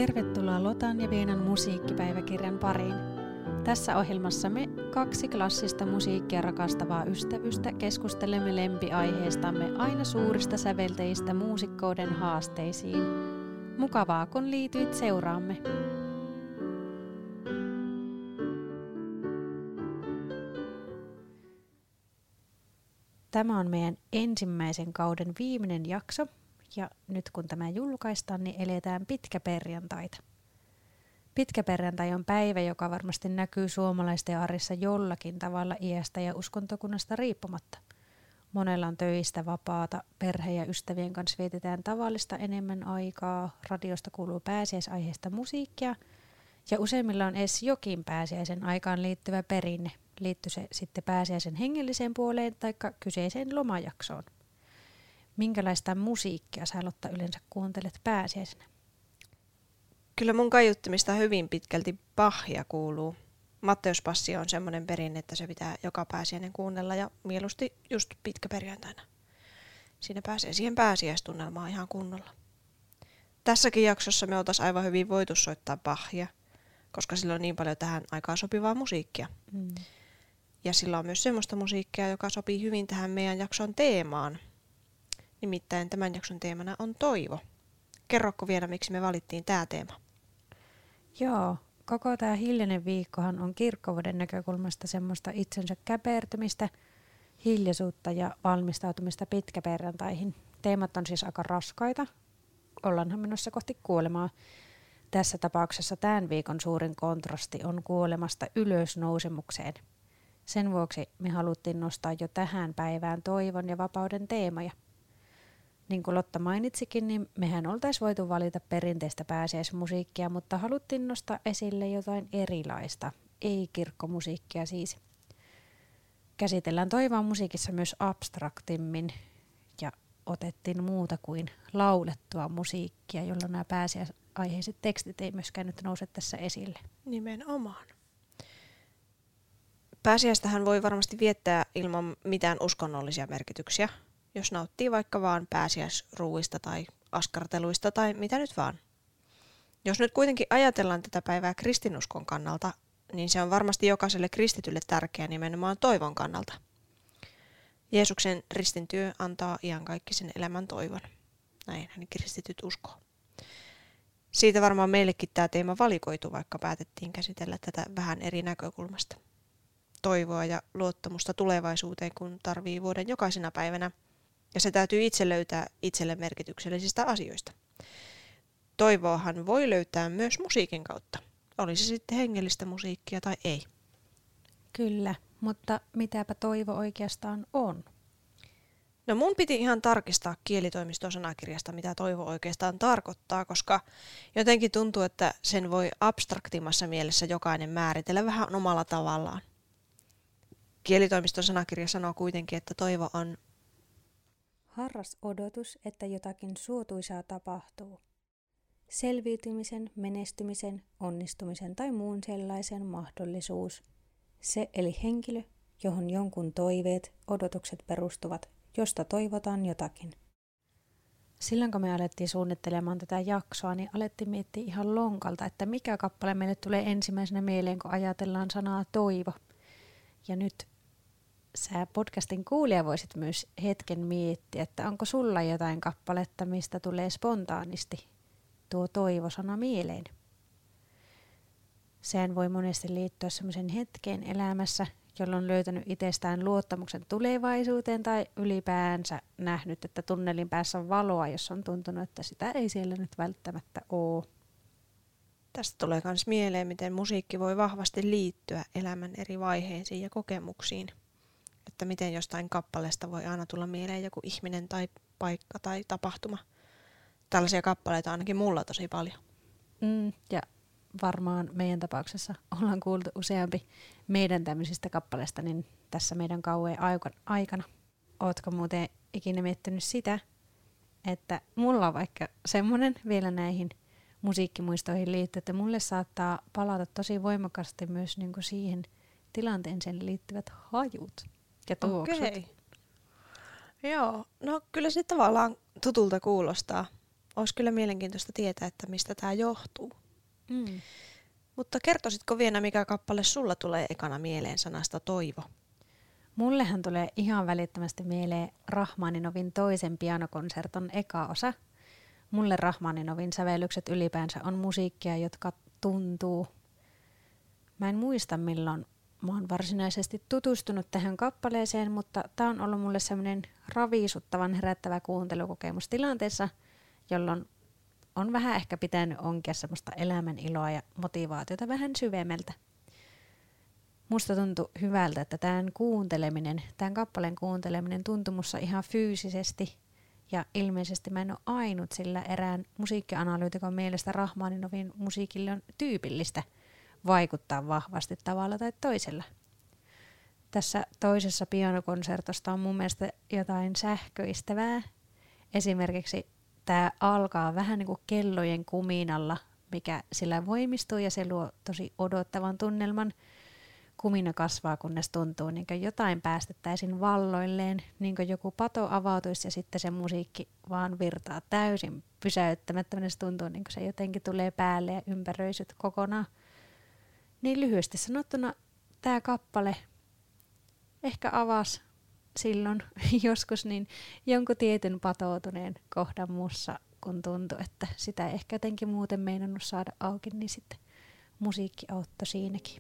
Tervetuloa Lotan ja Viinan musiikkipäiväkirjan pariin. Tässä ohjelmassa me kaksi klassista musiikkia rakastavaa ystävystä keskustelemme lempiaiheistamme aina suurista säveltäjistä muusikkouden haasteisiin. Mukavaa kun liityit seuraamme. Tämä on meidän ensimmäisen kauden viimeinen jakso. Ja nyt kun tämä julkaistaan, niin eletään pitkäperjantaita. Pitkäperjantai on päivä, joka varmasti näkyy suomalaisten arjessa jollakin tavalla iästä ja uskontokunnasta riippumatta. Monella on töistä vapaata, perhe- ja ystävien kanssa vietetään tavallista enemmän aikaa, radiosta kuuluu pääsiäisaiheesta musiikkia ja useimmilla on edes jokin pääsiäisen aikaan liittyvä perinne. Liittyy se sitten pääsiäisen hengelliseen puoleen tai kyseiseen lomajaksoon. Minkälaista musiikkia sä, Lotta, yleensä kuuntelet pääsiäisenä? Kyllä mun kaiuttimista hyvin pitkälti Bachia kuuluu. Matteuspassi on semmoinen perinne, että se pitää joka pääsiäinen kuunnella ja mieluusti just pitkäperjantaina. Siinä pääsee siihen pääsiäistunnelmaan ihan kunnolla. Tässäkin jaksossa me oltaisiin aivan hyvin voitu soittaa Bachia, koska sillä on niin paljon tähän aikaan sopivaa musiikkia. Ja sillä on myös semmoista musiikkia, joka sopii hyvin tähän meidän jakson teemaan. Nimittäin tämän jakson teemana on toivo. Kerrotko vielä, miksi me valittiin tämä teema? Joo, koko tämä hiljainen viikkohan on kirkkovuoden näkökulmasta semmoista itsensä käpertymistä, hiljaisuutta ja valmistautumista pitkäperjantaihin. Teemat on siis aika raskaita. Ollaanhan menossa kohti kuolemaa. Tässä tapauksessa tämän viikon suurin kontrasti on kuolemasta ylösnousemukseen. Sen vuoksi me haluttiin nostaa jo tähän päivään toivon ja vapauden teemoja. Niin kuin Lotta mainitsikin, niin mehän oltaisiin voitu valita perinteistä pääsiäismusiikkia, mutta haluttiin nostaa esille jotain erilaista, ei kirkkomusiikkia siis. Käsitellään toivoa musiikissa myös abstraktimmin ja otettiin muuta kuin laulettua musiikkia, jolloin nämä pääsiäisaiheiset tekstit ei myöskään nyt nouse tässä esille. Nimenomaan. Pääsiäistähän voi varmasti viettää ilman mitään uskonnollisia merkityksiä, jos nauttii vaikka vaan pääsiäisruuista tai askarteluista tai mitä nyt vaan. Jos nyt kuitenkin ajatellaan tätä päivää kristinuskon kannalta, niin se on varmasti jokaiselle kristitylle tärkeä nimenomaan toivon kannalta. Jeesuksen ristintyö antaa iankaikkisen elämän toivon. Näinhän kristityt uskoo. Siitä varmaan meillekin tämä teema valikoitu, vaikka päätettiin käsitellä tätä vähän eri näkökulmasta. Toivoa ja luottamusta tulevaisuuteen, kun tarvii vuoden jokaisena päivänä. Ja se täytyy itse löytää itselle merkityksellisistä asioista. Toivoahan voi löytää myös musiikin kautta. Oli se sitten hengellistä musiikkia tai ei. Kyllä, mutta mitäpä toivo oikeastaan on? No mun piti ihan tarkistaa kielitoimiston sanakirjasta, mitä toivo oikeastaan tarkoittaa, koska jotenkin tuntuu, että sen voi abstraktimmassa mielessä jokainen määritellä vähän omalla tavallaan. Kielitoimiston sanakirja sanoo kuitenkin, että toivo on harras odotus, että jotakin suotuisaa tapahtuu. Selviytymisen, menestymisen, onnistumisen tai muun sellaisen mahdollisuus. Se eli henkilö, johon jonkun toiveet, odotukset perustuvat, josta toivotaan jotakin. Silloin kun me alettiin suunnittelemaan tätä jaksoa, niin alettiin miettiä ihan lonkalta, että mikä kappale meille tulee ensimmäisenä mieleen, kun ajatellaan sanaa toivo. Ja nyt sä podcastin kuulija voisit myös hetken miettiä, että onko sulla jotain kappaletta, mistä tulee spontaanisti tuo toivosana mieleen. Sehän voi monesti liittyä semmoisen hetkeen elämässä, jolloin on löytänyt itsestään luottamuksen tulevaisuuteen tai ylipäänsä nähnyt, että tunnelin päässä on valoa, jos on tuntunut, että sitä ei siellä nyt välttämättä ole. Tästä tulee myös mieleen, miten musiikki voi vahvasti liittyä elämän eri vaiheisiin ja kokemuksiin. Että miten jostain kappaleesta voi aina tulla mieleen joku ihminen tai paikka tai tapahtuma. Tällaisia kappaleita ainakin mulla tosi paljon. Ja varmaan meidän tapauksessa ollaan kuultu useampi meidän tämmöisistä kappaleista niin tässä meidän kauan aikana. Ootko muuten ikinä miettinyt sitä, että mulla on vaikka semmoinen vielä näihin musiikkimuistoihin liittyy, että mulle saattaa palata tosi voimakkaasti myös niin kuin siihen tilanteeseen liittyvät hajut ja tuoksut. Okei. Joo, no kyllä se tavallaan tutulta kuulostaa. olisi kyllä mielenkiintoista tietää, että mistä tämä johtuu. Mm. Mutta kertoisitko vielä, mikä kappale sulla tulee ekana mieleen sanasta toivo? Mullehan tulee ihan välittömästi mieleen Rahmaninovin toisen pianokonserton eka osa. Mulle Rahmaninovin sävellykset ylipäänsä on musiikkia, jotka tuntuu. Mä en muista milloin mä oon varsinaisesti tutustunut tähän kappaleeseen, mutta tää on ollut mulle semmoinen raviisuttavan herättävä kuuntelukokemus tilanteessa, jolloin on vähän ehkä pitänyt onkia semmoista elämän iloa ja motivaatiota vähän syvemmältä. Musta tuntui hyvältä, että tämän kappaleen kuunteleminen tuntui musta ihan fyysisesti ja ilmeisesti mä en ole ainut, sillä erään musiikkianalyytikon mielestä Rahmaninovin musiikille on tyypillistä vaikuttaa vahvasti tavalla tai toisella. Tässä toisessa pianokonsertosta on mun mielestä jotain sähköistävää. Esimerkiksi tämä alkaa vähän niin kuin kellojen kuminalla, mikä sillä voimistuu ja se luo tosi odottavan tunnelman. Kumina kasvaa, kunnes tuntuu niin kuin jotain päästettäisiin valloilleen, niin kuin joku pato avautuisi ja sitten se musiikki vaan virtaa täysin pysäyttämättä, se tuntuu niin kuin se jotenkin tulee päälle ja ympäröisyt kokonaan. Niin lyhyesti sanottuna tämä kappale ehkä avasi silloin joskus niin jonkun tietyn patoutuneen kohdan mussa, kun tuntui, että sitä ei ehkä jotenkin muuten meinannut saada auki, niin sitten musiikki auttoi siinäkin.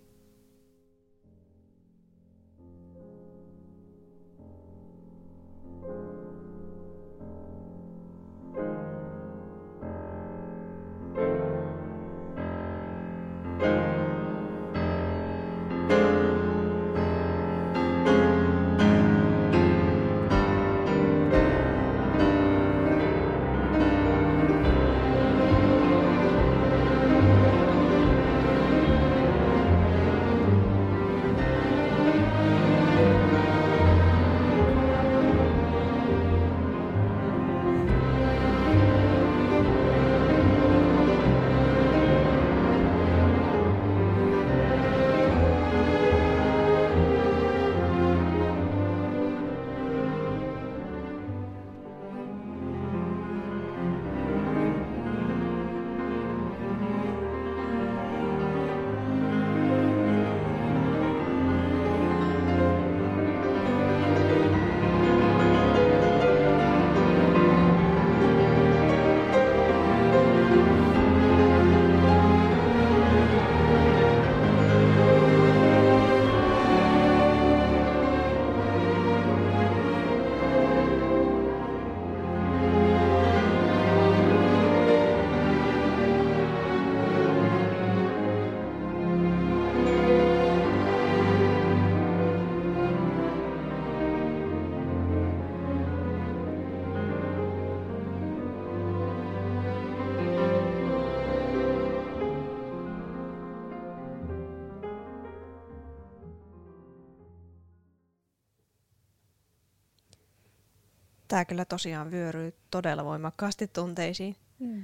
Tämä kyllä tosiaan vyöryy todella voimakkaasti tunteisiin.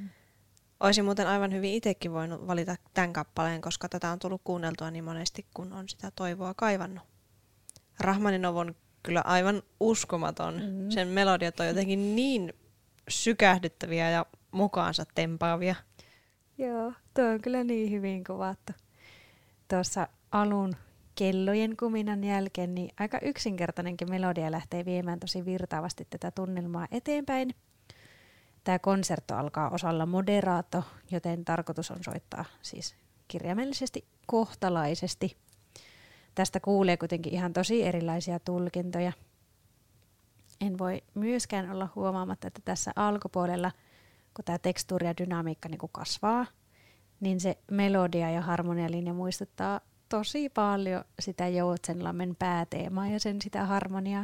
Olisin muuten aivan hyvin itsekin voinut valita tämän kappaleen, koska tätä on tullut kuunneltua niin monesti, kun on sitä toivoa kaivannut. Rahmaninov on kyllä aivan uskomaton. Sen melodiat on jotenkin niin sykähdyttäviä ja mukaansa tempaavia. Joo, tuo on kyllä niin hyvin kuvattu. Tuossa alun kellojen kuminan jälkeen niin aika yksinkertainenkin melodia lähtee viemään tosi virtaavasti tätä tunnelmaa eteenpäin. Tämä konsertto alkaa osalla moderato, joten tarkoitus on soittaa siis kirjaimellisesti kohtalaisesti. Tästä kuulee kuitenkin ihan tosi erilaisia tulkintoja. En voi myöskään olla huomaamatta, että tässä alkupuolella, kun tämä tekstuuri ja dynamiikka niin kuin kasvaa, niin se melodia ja harmonialinja muistuttaa tosi paljon sitä Joutsenlammen pääteemaa ja sen sitä harmoniaa.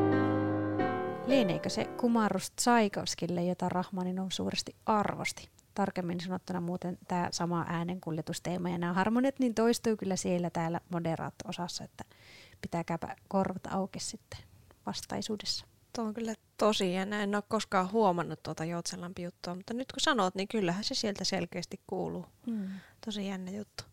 Lieneekö se kumarrus Tsaikovskille, jota Rahmaninov suuresti arvosti? tarkemmin sanottuna muuten tämä sama äänenkuljetusteema ja nämä harmoniat niin toistuu kyllä siellä täällä moderaatto-osassa, että pitääkääpä korvat auki sitten vastaisuudessa. Tuo on kyllä tosi jännä. En ole koskaan huomannut tuota Joutsenlampi juttua, mutta nyt kun sanot, niin kyllähän se sieltä selkeästi kuuluu. Tosi jännä juttu.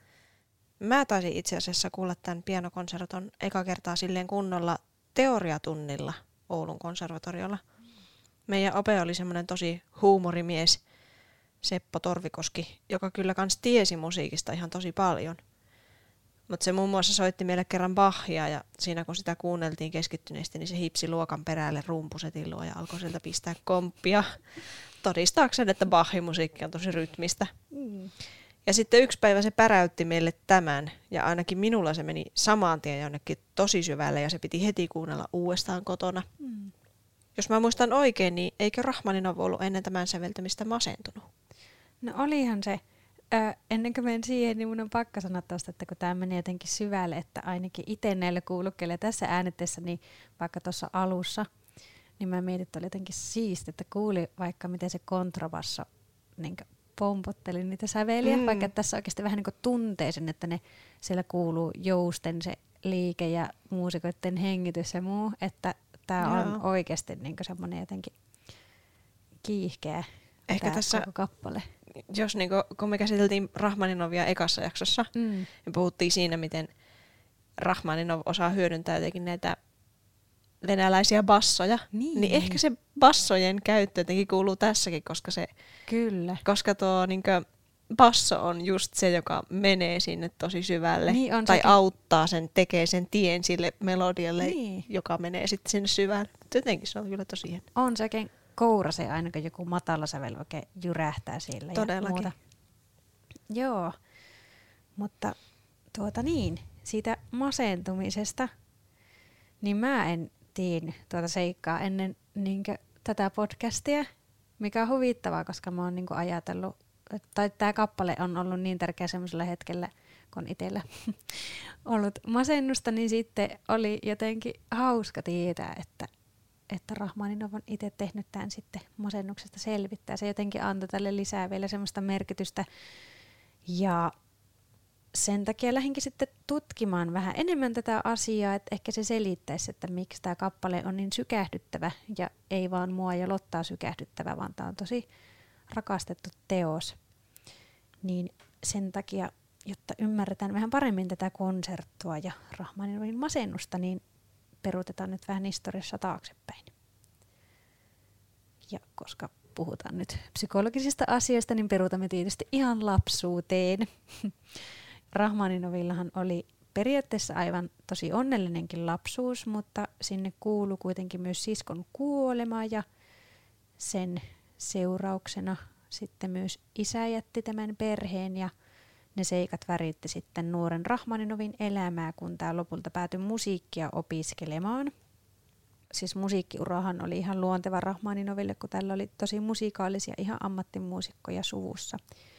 Mä taisin itse asiassa kuulla tämän pianokonserton eka kertaa silleen kunnolla teoriatunnilla Oulun konservatoriolla. Meidän ope oli semmoinen tosi huumorimies Seppo Torvikoski, joka kyllä kans tiesi musiikista ihan tosi paljon. Mutta se muun muassa soitti meille kerran Bachia ja siinä kun sitä kuunneltiin keskittyneesti, niin se hipsi luokan perälle rumpusetin luo ja alkoi sieltä pistää komppia todistaakseen, että Bachin musiikki on tosi rytmistä. Ja sitten yksi päivä se päräytti meille tämän ja ainakin minulla se meni samaan tien jonnekin tosi syvälle ja se piti heti kuunnella uudestaan kotona. Jos mä muistan oikein, niin eikö Rachmaninov ollut ennen tämän säveltämistä masentunut? No olihan se. Ennen kuin menen siihen, niin mun on pakko sanoa tosta, että kun tämä meni jotenkin syvälle, että ainakin itse näillä kuulokkeilla tässä äänetessä, niin vaikka tuossa alussa, niin mä mietin, että oli jotenkin siisti, että kuuli vaikka miten se kontrabasso niin pompotteli niitä säveliä, vaikka tässä oikeasti vähän niin kuin tuntee sen, että ne siellä kuuluu jousten se liike ja muusikoiden hengitys ja muu, että tämä on oikeasti niin semmoinen jotenkin kiihkeä ehkä tässä koko kappale. Jos niinku, kun me käsiteltiin Rachmaninovia ekassa jaksossa, niin puhuttiin siinä, miten Rachmaninov osaa hyödyntää jotenkin näitä venäläisiä bassoja, niin ehkä se bassojen käyttö jotenkin kuuluu tässäkin, koska koska tuo niinku, basso on just se, joka menee sinne tosi syvälle niin tai sekin auttaa sen, tekee sen tien sille melodialle, joka menee sitten sinne syvälle. Jotenkin se on kyllä tosi hieno. On se oikein kourasee aina, kun joku matala sävel oikein jyrähtää siellä. Todellakin. Ja muuta. Joo, mutta siitä masentumisesta, niin mä en tiennyt tuota seikkaa ennen tätä podcastia, mikä on huvittavaa, koska mä oon ajatellut, tai tämä kappale on ollut niin tärkeä semmoisella hetkellä, kun itsellä ollut masennusta, niin sitten oli jotenkin hauska tietää, että Rachmaninov on itse tehnyt tämän sitten masennuksesta selvittää. Se jotenkin antoi tälle lisää vielä semmoista merkitystä. Ja sen takia lähdinkin sitten tutkimaan vähän enemmän tätä asiaa, että ehkä se selittäisi, että miksi tämä kappale on niin sykähdyttävä ja ei vaan mua ja Lottaa sykähdyttävä, vaan tämä on tosi rakastettu teos. Niin sen takia, jotta ymmärretään vähän paremmin tätä konserttua ja Rachmaninovin masennusta, niin peruutetaan nyt vähän historiassa taaksepäin. Ja koska puhutaan nyt psykologisista asioista, niin peruutamme tietysti ihan lapsuuteen. Rachmaninovillahan oli periaatteessa aivan tosi onnellinenkin lapsuus, mutta sinne kuului kuitenkin myös siskon kuolema ja sen seurauksena sitten myös isä jätti tämän perheen ja ne seikat väritti sitten nuoren Rachmaninovin elämää, kun tämä lopulta päätyi musiikkia opiskelemaan. Siis musiikkiurahan oli ihan luonteva Rachmaninoville, kun tällä oli tosi musikaalisia ihan ammattimuusikkoja suvussa.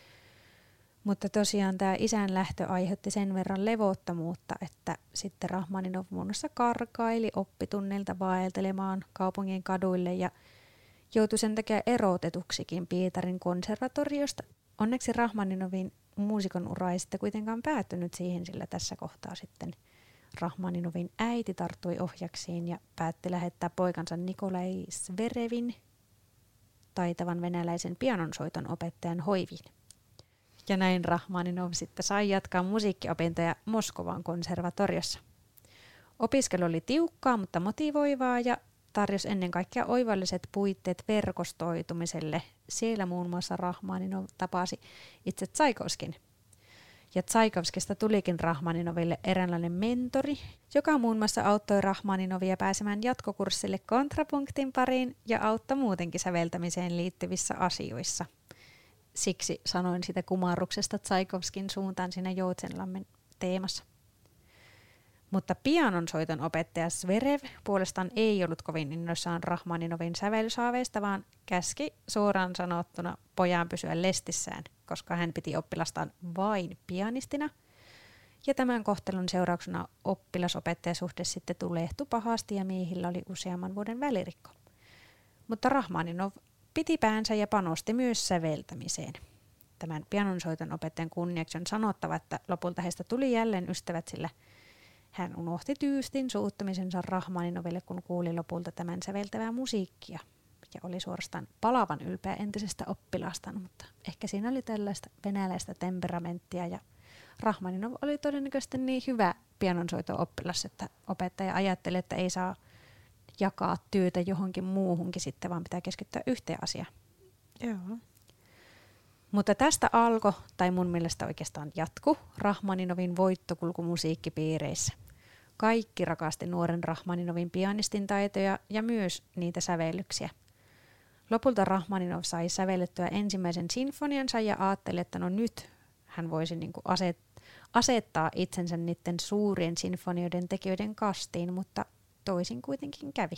Mutta tosiaan tämä isän lähtö aiheutti sen verran levottomuutta, että sitten Rachmaninov muun muassa karkaili oppitunneilta vaeltelemaan kaupungin kaduille ja joutui sen takia erotetuksikin Pietarin konservatoriosta. Onneksi Rachmaninovin muusikon ura ei sitten kuitenkaan päättynyt siihen, sillä tässä kohtaa sitten Rachmaninovin äiti tarttui ohjaksiin ja päätti lähettää poikansa Nikolai Zverevin, taitavan venäläisen pianonsoiton opettajan hoiviin. Ja näin Rachmaninov sitten sai jatkaa musiikkiopintoja Moskovan konservatoriossa. Opiskelu oli tiukkaa, mutta motivoivaa ja tarjosi ennen kaikkea oivalliset puitteet verkostoitumiselle. Siellä muun muassa Rachmaninov tapasi itse Tsaikovskin. Ja Tsaikovskista tulikin Rachmaninoville eräänlainen mentori, joka muun muassa auttoi Rachmaninovia pääsemään jatkokurssille kontrapunktin pariin ja auttoi muutenkin säveltämiseen liittyvissä asioissa. Siksi sanoin sitä kumarruksesta Tsaikovskin suuntaan siinä Joutsenlammen teemassa. Mutta pianonsoiton opettaja Zverev puolestaan ei ollut kovin innoissaan Rachmaninovin sävellyshaaveista, vaan käski suoraan sanottuna pojan pysyä lestissään, koska hän piti oppilastaan vain pianistina. Ja tämän kohtelun seurauksena oppilasopettajasuhde sitten tulehtui pahasti ja miehillä oli useamman vuoden välirikko. Mutta Rachmaninov piti päänsä ja panosti myös säveltämiseen. Tämän pianonsoiton opettajan kunniaksi on sanottava, että lopulta heistä tuli jälleen ystävät, sillä hän unohti tyystin suuttamisensa Rahmaninoville, kun kuuli lopulta tämän säveltävää musiikkia. Ja oli suorastaan palavan ylpeä entisestä oppilastaan, mutta ehkä siinä oli tällaista venäläistä temperamenttia ja Rahmaninov oli todennäköisesti niin hyvä pianonsoito-oppilas, että opettaja ajatteli, että ei saa jakaa työtä johonkin muuhunkin sitten, vaan pitää keskittyä yhteen asiaan. Joo. Mutta tästä alkoi, tai mun mielestä oikeastaan jatku, Rahmaninovin voittokulku musiikkipiireissä. Kaikki rakasti nuoren Rahmaninovin pianistin taitoja ja myös niitä sävellyksiä. Lopulta Rahmaninov sai sävellettyä ensimmäisen sinfoniansa ja ajatteli, että no nyt hän voisi niinku asettaa itsensä niiden suurien sinfonioiden tekijöiden kastiin, mutta toisin kuitenkin kävi.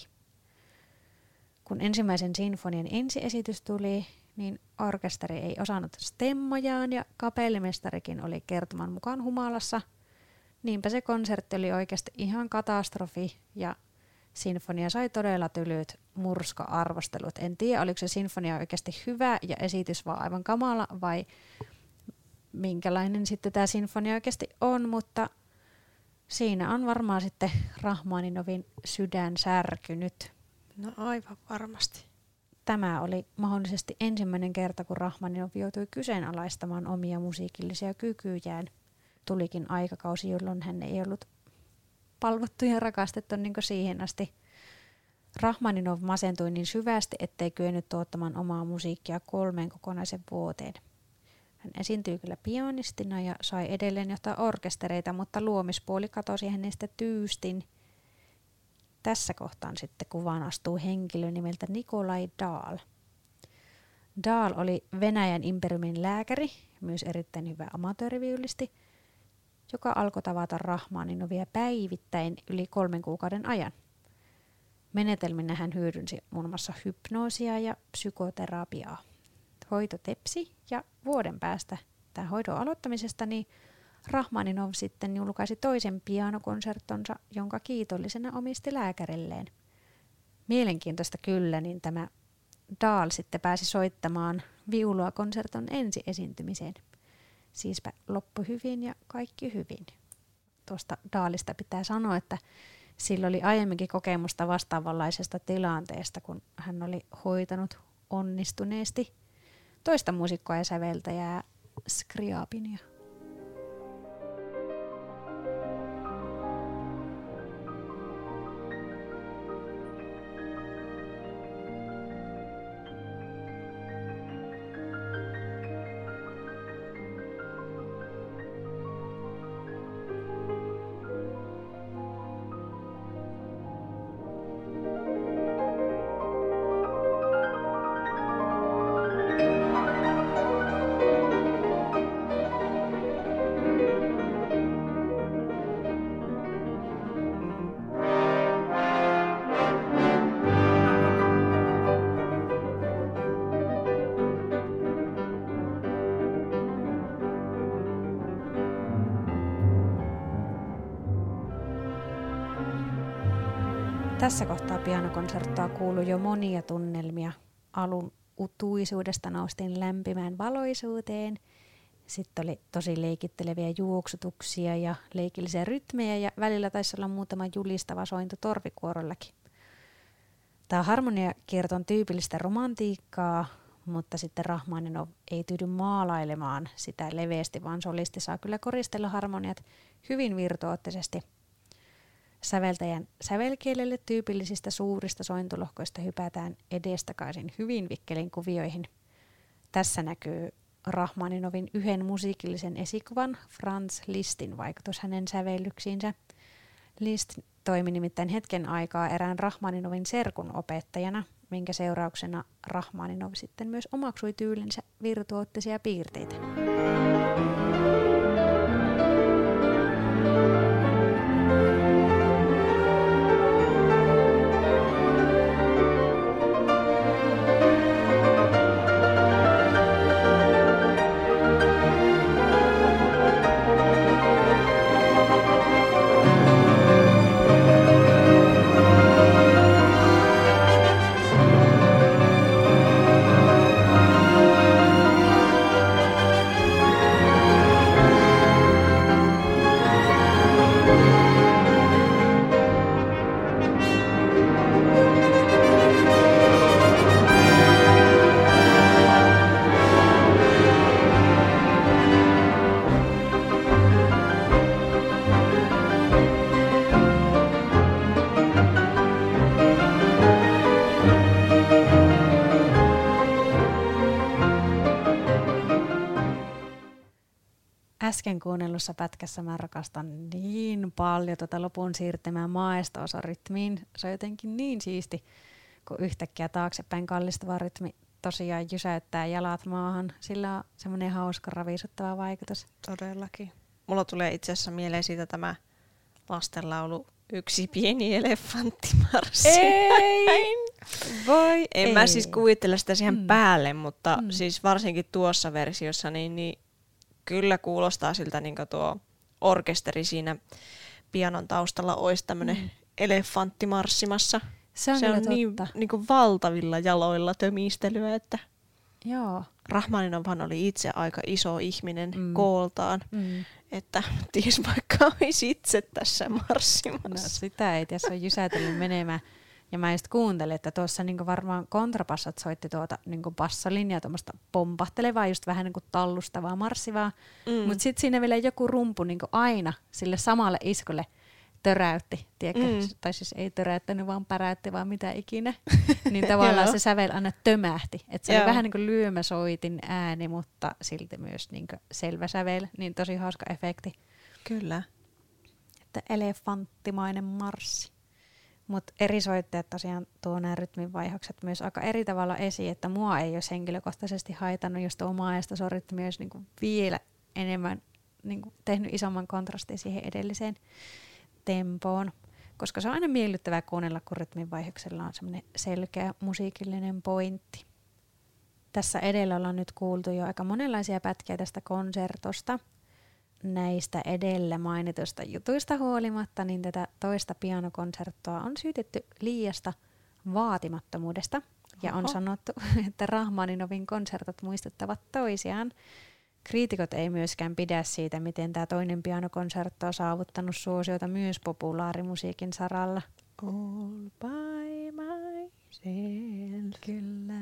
Kun ensimmäisen sinfonian ensiesitys tuli, niin orkesteri ei osannut stemmojaan ja kapellimestarikin oli kertoman mukaan humalassa. Niinpä se konsertti oli oikeasti ihan katastrofi ja sinfonia sai todella tylyt murska-arvostelut. En tiedä, oliko se sinfonia oikeasti hyvä ja esitys vaan aivan kamala vai minkälainen sitten tämä sinfonia oikeasti on, mutta siinä on varmaan sitten Rahmaninovin sydän särkynyt. No aivan varmasti. Tämä oli mahdollisesti ensimmäinen kerta, kun Rahmaninov joutui kyseenalaistamaan omia musiikillisia kykyjään. Tulikin aikakausi, jolloin hän ei ollut palvottu ja rakastettu niin kuin siihen asti. Rahmaninov masentui niin syvästi, ettei kyennyt tuottamaan omaa musiikkia 3 kokonaisen vuoteen. Hän esiintyi kyllä pianistina ja sai edelleen johtaa orkestereita, mutta luomispuoli katosi hänestä tyystin. Tässä kohtaan sitten kuvaan astuu henkilö nimeltä Nikolai Dahl. Dahl oli Venäjän imperiumin lääkäri, myös erittäin hyvä amatööriviulisti, joka alkoi tavata Rahmaninovia päivittäin yli 3 kuukauden ajan. Menetelminä hän hyödynsi muun muassa hypnoosia ja psykoterapiaa. Hoito tepsi ja vuoden päästä tämän hoidon aloittamisesta niin Rahmaninov sitten julkaisi toisen pianokonserttonsa, jonka kiitollisena omisti lääkärilleen. Mielenkiintoista kyllä, niin tämä Dahl sitten pääsi soittamaan viulua konserton ensiesiintymiseen. Siispä loppu hyvin ja kaikki hyvin. Tuosta Dahlista pitää sanoa, että sillä oli aiemminkin kokemusta vastaavanlaisesta tilanteesta, kun hän oli hoitanut onnistuneesti toista muusikkoa ja säveltäjää Skriabinia. Tässä kohtaa pianokonserttoa kuului jo monia tunnelmia. Alun utuisuudesta noustiin lämpimään valoisuuteen. Sitten oli tosi leikitteleviä juoksutuksia ja leikillisiä rytmejä ja välillä taisi olla muutama julistava sointu torvikuorollakin. Tämä harmoniakierto on tyypillistä romantiikkaa, mutta sitten Rahmaninov ei tyydy maalailemaan sitä leveästi, vaan solisti saa kyllä koristella harmoniat hyvin virtuoottisesti. Säveltäjän sävelkielelle tyypillisistä suurista sointulohkoista hypätään edestakaisin hyvin vikkelin kuvioihin. Tässä näkyy Rahmaninovin yhden musiikillisen esikuvan Franz Lisztin vaikutus hänen sävellyksiinsä. Liszt toimi nimittäin hetken aikaa erään Rahmaninovin serkun opettajana, minkä seurauksena Rahmaninov sitten myös omaksui tyylinsä virtuoottisia piirteitä. äsken kuunnellussa pätkässä mä rakastan niin paljon tuota lopun siirtymää maesto-osarytmiin. Se on jotenkin niin siisti, kun yhtäkkiä taaksepäin kallistuva rytmi tosiaan jysäyttää jalat maahan. Sillä on semmoinen hauska ravisuttava vaikutus. Todellakin. Mulla tulee itse asiassa mieleen siitä tämä lastenlaulu Yksi pieni elefanttimarssi. Ei! Voi En ei. mä siis kuvittele sitä siihen päälle, mutta siis varsinkin tuossa versiossa niin kyllä kuulostaa siltä, niin kuin tuo orkesteri siinä pianon taustalla olisi tämmöinen elefantti marssimassa. Se on niin kuin valtavilla jaloilla tömistelyä, että Joo. Rahmaninovhan oli itse aika iso ihminen kooltaan, että ties vaikka olisi itse tässä marssimassa. No sitä ei tiedä, se on jysäytellyt menemään. Ja mä just kuuntelin, että tuossa niinku varmaan kontrapassat soitti tuota niinku bassolinjaa, tuommoista pompahtelevaa, just vähän niinku tallustavaa, marssivaa. Mutta sitten siinä vielä joku rumpu niinku aina sille samalle iskulle töräytti, tiedätkö? Tai siis ei töräyttänyt, vaan päräytti, vaan mitä ikinä. Niin tavallaan se sävel aina tömähti. Että se oli vähän niin kuin lyömäsoitin ääni, mutta silti myös niin kuin selvä sävel. Niin tosi hauska efekti. Kyllä. Että elefanttimainen marssi. Mutta eri soitteet tosiaan tuo nämä rytminvaihokset myös aika eri tavalla esiin, että mua ei olisi henkilökohtaisesti haitannut, jos tuo maestosorytmi olisi niin kuin vielä enemmän niin kuin tehnyt isomman kontrastin siihen edelliseen tempoon, koska se on aina miellyttävää kuunnella, kun rytminvaihoksella on semmoinen selkeä musiikillinen pointti. Tässä edellä ollaan nyt kuultu jo aika monenlaisia pätkiä tästä konsertosta. Näistä edellä mainitusta jutuista huolimatta, niin tätä toista pianokonserttoa on syytetty liiasta vaatimattomuudesta. Ja on sanottu, että Rahmaninovin konsertot muistuttavat toisiaan. Kriitikot ei myöskään pidä siitä, miten tämä toinen pianokonsertto on saavuttanut suosiota myös populaarimusiikin saralla. All by myself. Kyllä.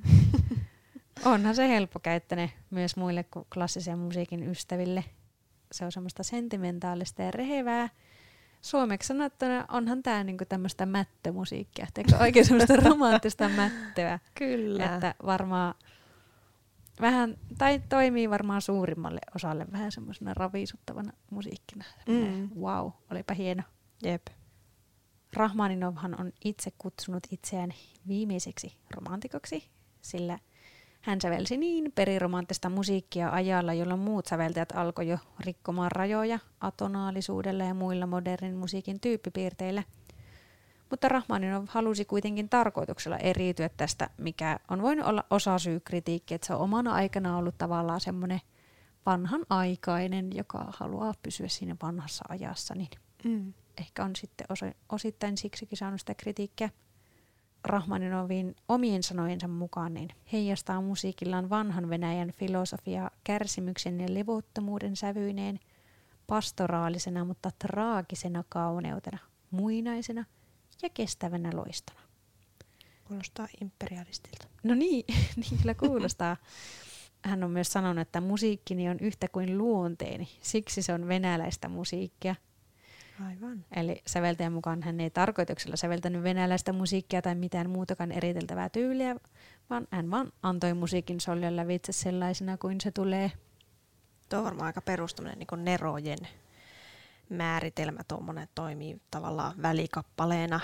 Onhan se helppokäyttöinen myös muille kuin klassisen musiikin ystäville. Se on semmoista sentimentaalista ja rehevää. Suomeksi sanottuna onhan tämä niinku tämmöistä mättömusiikkia. Eikö oikein semmoista romanttista mättöä? Kyllä. Että varmaan vähän, tai toimii varmaan suurimmalle osalle vähän semmoisena ravisuttavana musiikkina. Wow, olipa hieno. Jep. Rahmaninovhan on itse kutsunut itseään viimeiseksi romantikoksi, sillä hän sävelsi niin periromanttista musiikkia ajalla, jolloin muut säveltäjät alkoi jo rikkomaan rajoja atonaalisuudella ja muilla modernin musiikin tyyppipiirteillä. Mutta Rahmaninov halusi kuitenkin tarkoituksella eriytyä tästä, mikä on voinut olla osasyy kritiikki, että se on omana aikana ollut tavallaan semmoinen vanhanaikainen, joka haluaa pysyä siinä vanhassa ajassa, niin ehkä on sitten osittain siksikin saanut sitä kritiikkiä. Rahmaninovin omien sanojensa mukaan niin heijastaa musiikillaan vanhan Venäjän filosofiaa kärsimyksen ja levottomuuden sävyineen, pastoraalisena, mutta traagisena kauneutena, muinaisena ja kestävänä loistona. Kuulostaa imperialistilta. No niin, niin kyllä kuulostaa. Hän on myös sanonut, että musiikkini on yhtä kuin luonteeni, siksi se on venäläistä musiikkia. Aivan. Eli säveltäjän mukaan hän ei tarkoituksella säveltänyt venäläistä musiikkia tai mitään muutakaan eriteltävää tyyliä, vaan hän vaan antoi musiikin soljon lävitse sellaisena kuin se tulee. Tuo on varmaan aika perustaminen niin nerojen määritelmä, tuommoinen toimii tavallaan välikappaleena.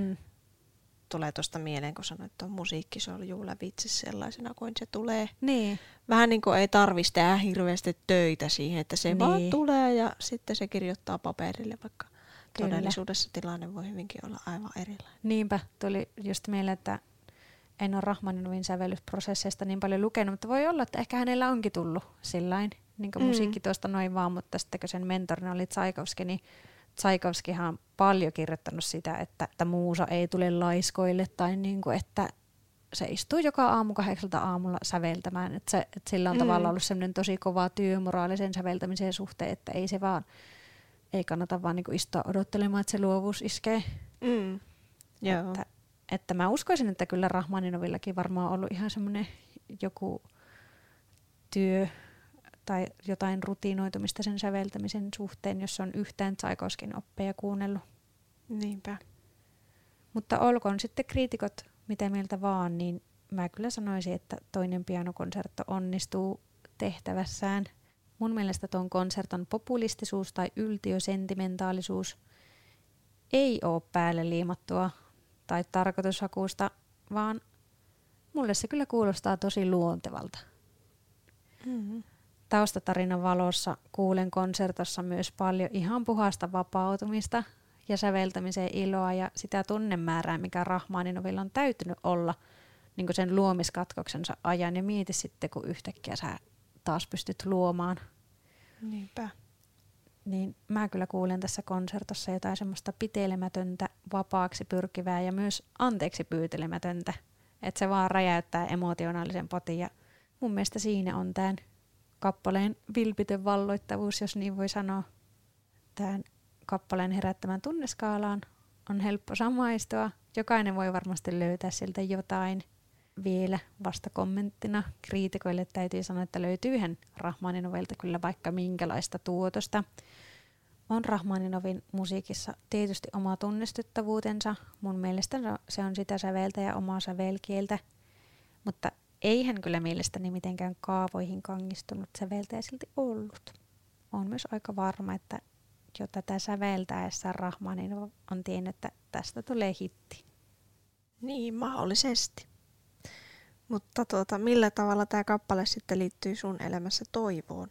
Tulee tuosta mieleen, kun sanoit, että musiikki soljuu lävitse sellaisena kuin se tulee. Niin. Vähän niin kuin ei tarvitse tehdä hirveästi töitä siihen, että se vaan tulee ja sitten se kirjoittaa paperille, vaikka todellisuudessa tilanne voi hyvinkin olla aivan erilainen. Niinpä, tuli just mieleen, että en ole Rahmaninovin sävellysprosesseista niin paljon lukenut, mutta voi olla, että ehkä hänellä onkin tullut sillain niin kuin musiikki tuosta noin vaan, mutta sitten kun sen mentorina oli Tsaikovski, niin Tsaikovskihan on paljon kirjoittanut sitä, että muusa ei tule laiskoille tai niin kuin, että se istuu joka aamu 8 aamulla säveltämään. Että sillä on tavallaan ollut semmoinen tosi kova työ moraalisen säveltämisen suhteen, että ei se vaan, ei kannata vaan niin kuin istua odottelemaan, että se luovuus iskee. Joo. Että mä uskoisin, että kyllä Rahmaninovillakin varmaan on ollut ihan semmoinen joku työ tai jotain rutiinoitumista sen säveltämisen suhteen, jos on yhtään Tsaikovskin oppeja kuunnellut. Niinpä. Mutta olkoon sitten kriitikot mitä mieltä vaan, niin mä kyllä sanoisin, että toinen pianokonsertto onnistuu tehtävässään. Mun mielestä tuon konserton populistisuus tai yltiösentimentaalisuus ei ole päälle liimattua tai tarkoitushakuista, vaan mulle se kyllä kuulostaa tosi luontevalta. Mm-hmm. Taustatarinan valossa kuulen konsertossa myös paljon ihan puhasta vapautumista ja säveltämisen iloa ja sitä tunnemäärää, mikä Rahmaninovilla on täytynyt olla niin kuin sen luomiskatkoksensa ajan. Ja mieti sitten, kun yhtäkkiä sä taas pystyt luomaan. Niinpä. Niin mä kyllä kuulen tässä konsertossa jotain semmoista pitelemätöntä, vapaaksi pyrkivää ja myös anteeksi pyytelemätöntä. Että se vaan räjäyttää emotionaalisen potin ja mun mielestä siinä on tämän kappaleen vilpitön valloittavuus, jos niin voi sanoa. Tämän kappaleen herättämän tunneskaalaan on helppo samaistua. Jokainen voi varmasti löytää sieltä jotain. Vielä vasta kommenttina kriitikoille täytyy sanoa, että löytyyhän Rahmaninovilta kyllä vaikka minkälaista tuotosta. On Rahmaninovin musiikissa tietysti oma tunnistettavuutensa. Mun mielestä se on sitä säveltä ja omaa sävelkieltä, mutta eihän kyllä mielestäni mitenkään kaavoihin kangistunut säveltäjä silti ollut. On myös aika varma, että jo tätä säveltäessä Rahmaninov on tiennyt, että tästä tulee hitti. Niin, mahdollisesti. Mutta millä tavalla tämä kappale sitten liittyy sun elämässä toivoon?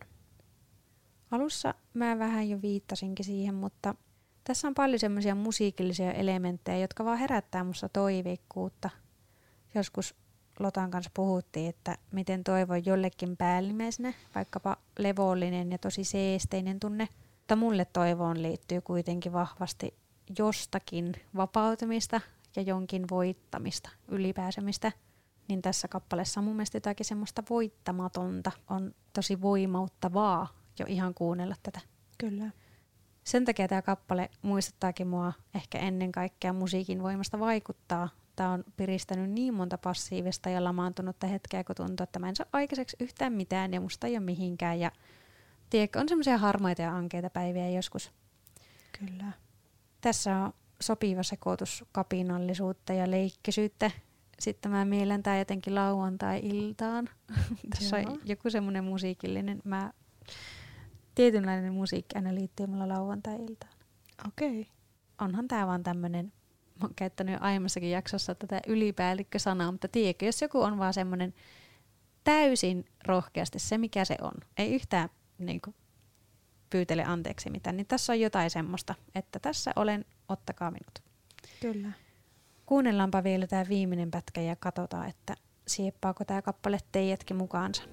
Alussa mä vähän jo viittasinkin siihen, mutta tässä on paljon semmoisia musiikillisia elementtejä, jotka vaan herättää musta toiveikkuutta. Joskus Lotan kanssa puhuttiin, että miten toivo jollekin päällimmäisenä, vaikkapa levollinen ja tosi seesteinen tunne. Mutta mulle toivoon liittyy kuitenkin vahvasti jostakin vapautumista ja jonkin voittamista, ylipääsemistä. Niin tässä kappaleessa on mun mielestä jotakin semmoista voittamatonta. On tosi voimauttavaa jo ihan kuunnella tätä. Kyllä. Sen takia tämä kappale muistuttaakin mua ehkä ennen kaikkea musiikin voimasta vaikuttaa. Tämä on piristänyt niin monta passiivista ja lamaantunutta hetkeä, kun tuntuu, että mä en saa aikaiseksi yhtään mitään ja musta ei ole mihinkään. Ja tiedätkö, on semmoisia harmaita ja ankeita päiviä joskus. Kyllä. Tässä on sopiva sekoitus kapinallisuutta ja leikkisyyttä. Sitten mä mielen tää jotenkin lauantai-iltaan. Tässä on joku semmoinen musiikillinen, tietynlainen musiikki aina liittyy mulla lauantai-iltaan. Okei. Onhan tää vaan tämmönen, mä oon käyttänyt jo aiemmassakin jaksossa tätä ylipäällikkö-sanaa, mutta tiedätkö, jos joku on vaan semmonen täysin rohkeasti se, mikä se on, ei yhtään niinku pyytele anteeksi mitään, niin tässä on jotain semmoista, että tässä olen, ottakaa minut. Kyllä. Kuunnellaanpa vielä tämä viimeinen pätkä ja katsotaan, että sieppaako tämä kappale teidätkin mukaansa.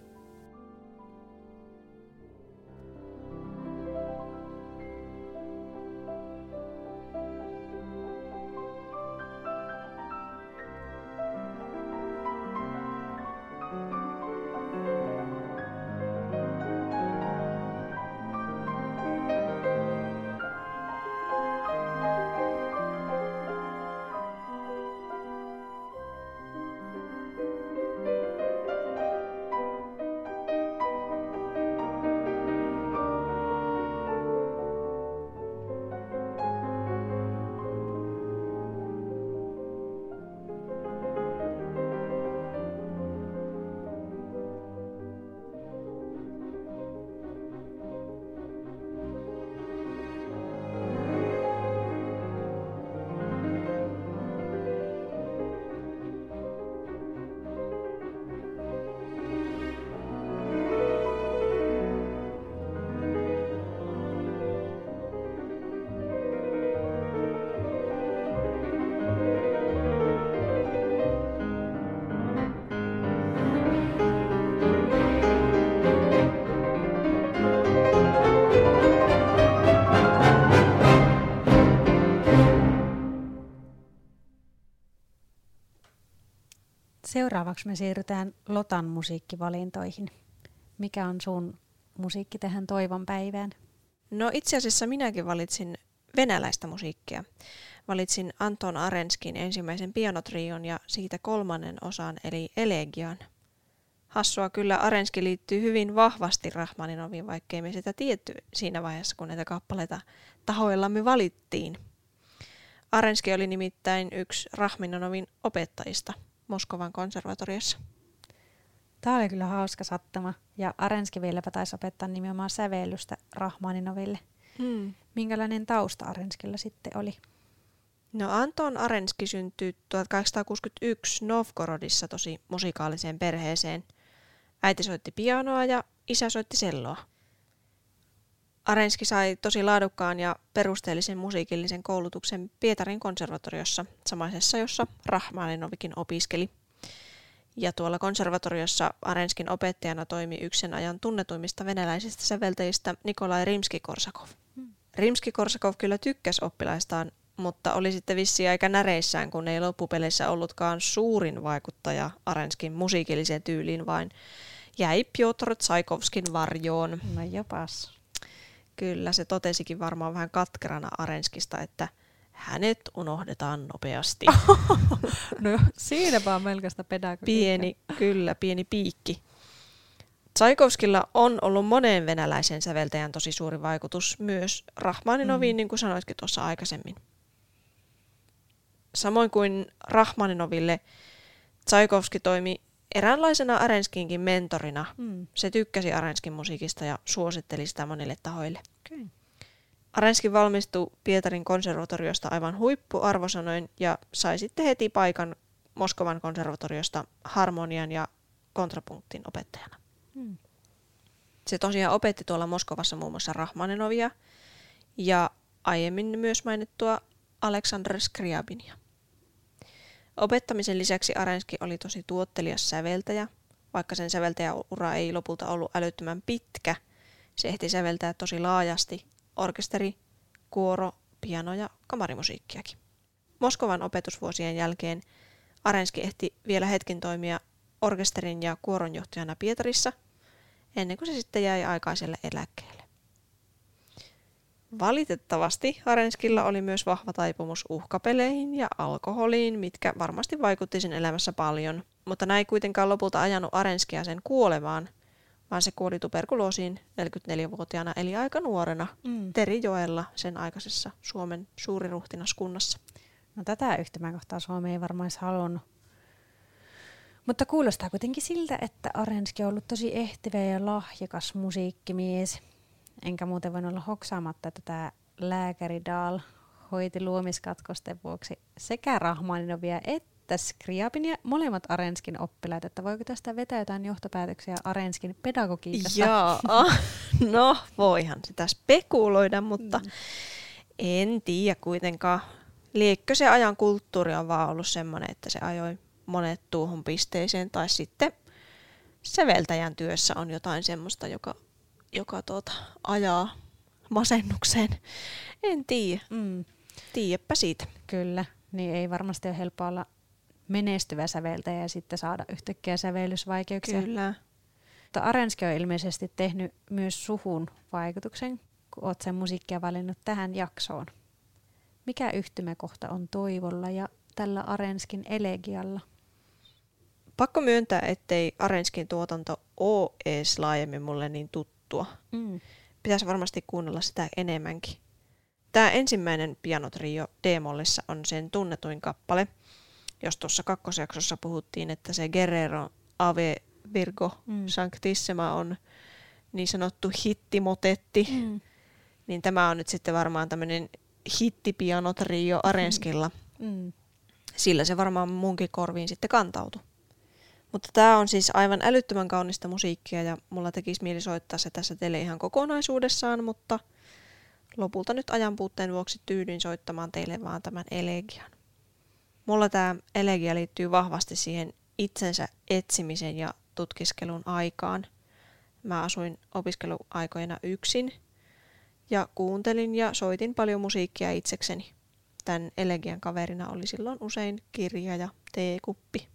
Seuraavaksi me siirrytään Lotan musiikkivalintoihin. Mikä on sun musiikki tähän toivon päivään? No itse asiassa minäkin valitsin venäläistä musiikkia. Valitsin Anton Arenskin ensimmäisen pianotrion ja siitä kolmannen osan eli Elegian. Hassua kyllä Arenski liittyy hyvin vahvasti Rahmaninoviin, vaikkei me sitä tietty siinä vaiheessa, kun näitä kappaleita tahoillamme valittiin. Arenski oli nimittäin yksi Rahmaninovin opettajista Moskovan konservatoriossa. Tämä oli kyllä hauska sattuma. Ja Arenski vieläpä taisi opettaa nimenomaan sävellystä Rahmaninoville. Minkälainen tausta Arenskilla sitten oli? No Anton Arenski syntyi 1861 Novgorodissa tosi musikaaliseen perheeseen. Äiti soitti pianoa ja isä soitti celloa. Arenski sai tosi laadukkaan ja perusteellisen musiikillisen koulutuksen Pietarin konservatoriossa, samaisessa jossa Rahmaninovikin opiskeli. Ja tuolla konservatoriossa Arenskin opettajana toimi yksi sen ajan tunnetuimmista venäläisistä säveltäjistä Nikolai Rimski-Korsakov. Rimski-Korsakov kyllä tykkäsi oppilaistaan, mutta oli sitten vissiin aika näreissään, kun ei loppupeleissä ollutkaan suurin vaikuttaja Arenskin musiikilliseen tyyliin, vaan jäi Piotr Tsaikovskin varjoon. No jopas. Kyllä, se totesikin varmaan vähän katkerana Arenskista, että hänet unohdetaan nopeasti. No siinäpä on melkoista pedagogiikkaa. Pieni piikki. Tsaikovskilla on ollut monen venäläisen säveltäjän tosi suuri vaikutus myös Rahmaninoviin, niin kuin sanoitkin tuossa aikaisemmin. Samoin kuin Rahmaninoville, Tsaikovski toimi eräänlaisena Arenskinkin mentorina. Se tykkäsi Arenskin musiikista ja suositteli sitä monille tahoille. Okay. Arenski valmistui Pietarin konservatoriosta aivan huippuarvosanoin ja sai sitten heti paikan Moskovan konservatoriosta harmonian ja kontrapunktin opettajana. Se tosiaan opetti tuolla Moskovassa muun muassa Rahmaninovia ja aiemmin myös mainittua Aleksandr Skriabinia. Opettamisen lisäksi Arenski oli tosi tuottelias säveltäjä, vaikka sen säveltäjäura ei lopulta ollut älyttömän pitkä. Se ehti säveltää tosi laajasti orkesteri, kuoro, piano ja kamarimusiikkiakin. Moskovan opetusvuosien jälkeen Arenski ehti vielä hetken toimia orkesterin ja kuoronjohtajana Pietarissa, ennen kuin se sitten jäi aikaiselle eläkkeelle. Valitettavasti Arenskilla oli myös vahva taipumus uhkapeleihin ja alkoholiin, mitkä varmasti vaikutti sen elämässä paljon, mutta näin ei kuitenkaan lopulta ajanut Arenskia sen kuolemaan, vaan se kuoli tuberkuloosiin 44-vuotiaana eli aika nuorena Terijoella sen aikaisessa Suomen suuriruhtinaskunnassa. No tätä yhtymäkohtaa Suomi ei varmaan olisi halunnut. Mutta kuulostaa kuitenkin siltä, että Arenski on ollut tosi ehtivä ja lahjakas musiikkimies. Enkä muuten voinut olla hoksaamatta, että tämä lääkäri Dahl hoiti luomiskatkosten vuoksi sekä Rahmaninovia että Skriabinia, molemmat Arenskin oppilaat. Että voiko tästä vetää jotain johtopäätöksiä Arenskin pedagogiikasta? Jaa, no voihan sitä spekuloida, mutta en tiedä kuitenkaan. Liekkö se ajan kulttuuri on vaan ollut semmoinen, että se ajoi monet tuohon pisteeseen, tai sitten säveltäjän työssä on jotain semmoista, joka ajaa masennukseen. En tiedä. Tiedäpä siitä. Kyllä, niin ei varmasti ole helppoa olla menestyvä säveltäjä ja sitten saada yhtäkkiä sävellysvaikeuksia. Kyllä. Mutta Arenski on ilmeisesti tehnyt myös suhun vaikutuksen, kun olet sen musiikkia valinnut tähän jaksoon. Mikä yhtymäkohta on Toivolla ja tällä Arenskin elegialla? Pakko myöntää, ettei Arenskin tuotanto ole edes laajemmin mulle niin tuttua. Pitäisi varmasti kuunnella sitä enemmänkin. Tämä ensimmäinen pianotrio D-mollissa on sen tunnetuin kappale. Jos tuossa kakkosjaksossa puhuttiin, että se Guerrero Ave Virgo Sanctissima on niin sanottu hittimotetti, niin tämä on nyt sitten varmaan tämmöinen hittipianotrio Arenskilla. Sillä se varmaan munkin korviin sitten kantautui. Mutta tämä on siis aivan älyttömän kaunista musiikkia ja mulla tekisi mieli soittaa se tässä teille ihan kokonaisuudessaan, mutta lopulta nyt ajan puutteen vuoksi tyydyin soittamaan teille vaan tämän elegian. Mulla tämä elegia liittyy vahvasti siihen itsensä etsimisen ja tutkiskelun aikaan. Mä asuin opiskeluaikoina yksin ja kuuntelin ja soitin paljon musiikkia itsekseni. Tämän elegian kaverina oli silloin usein kirja ja teekuppi.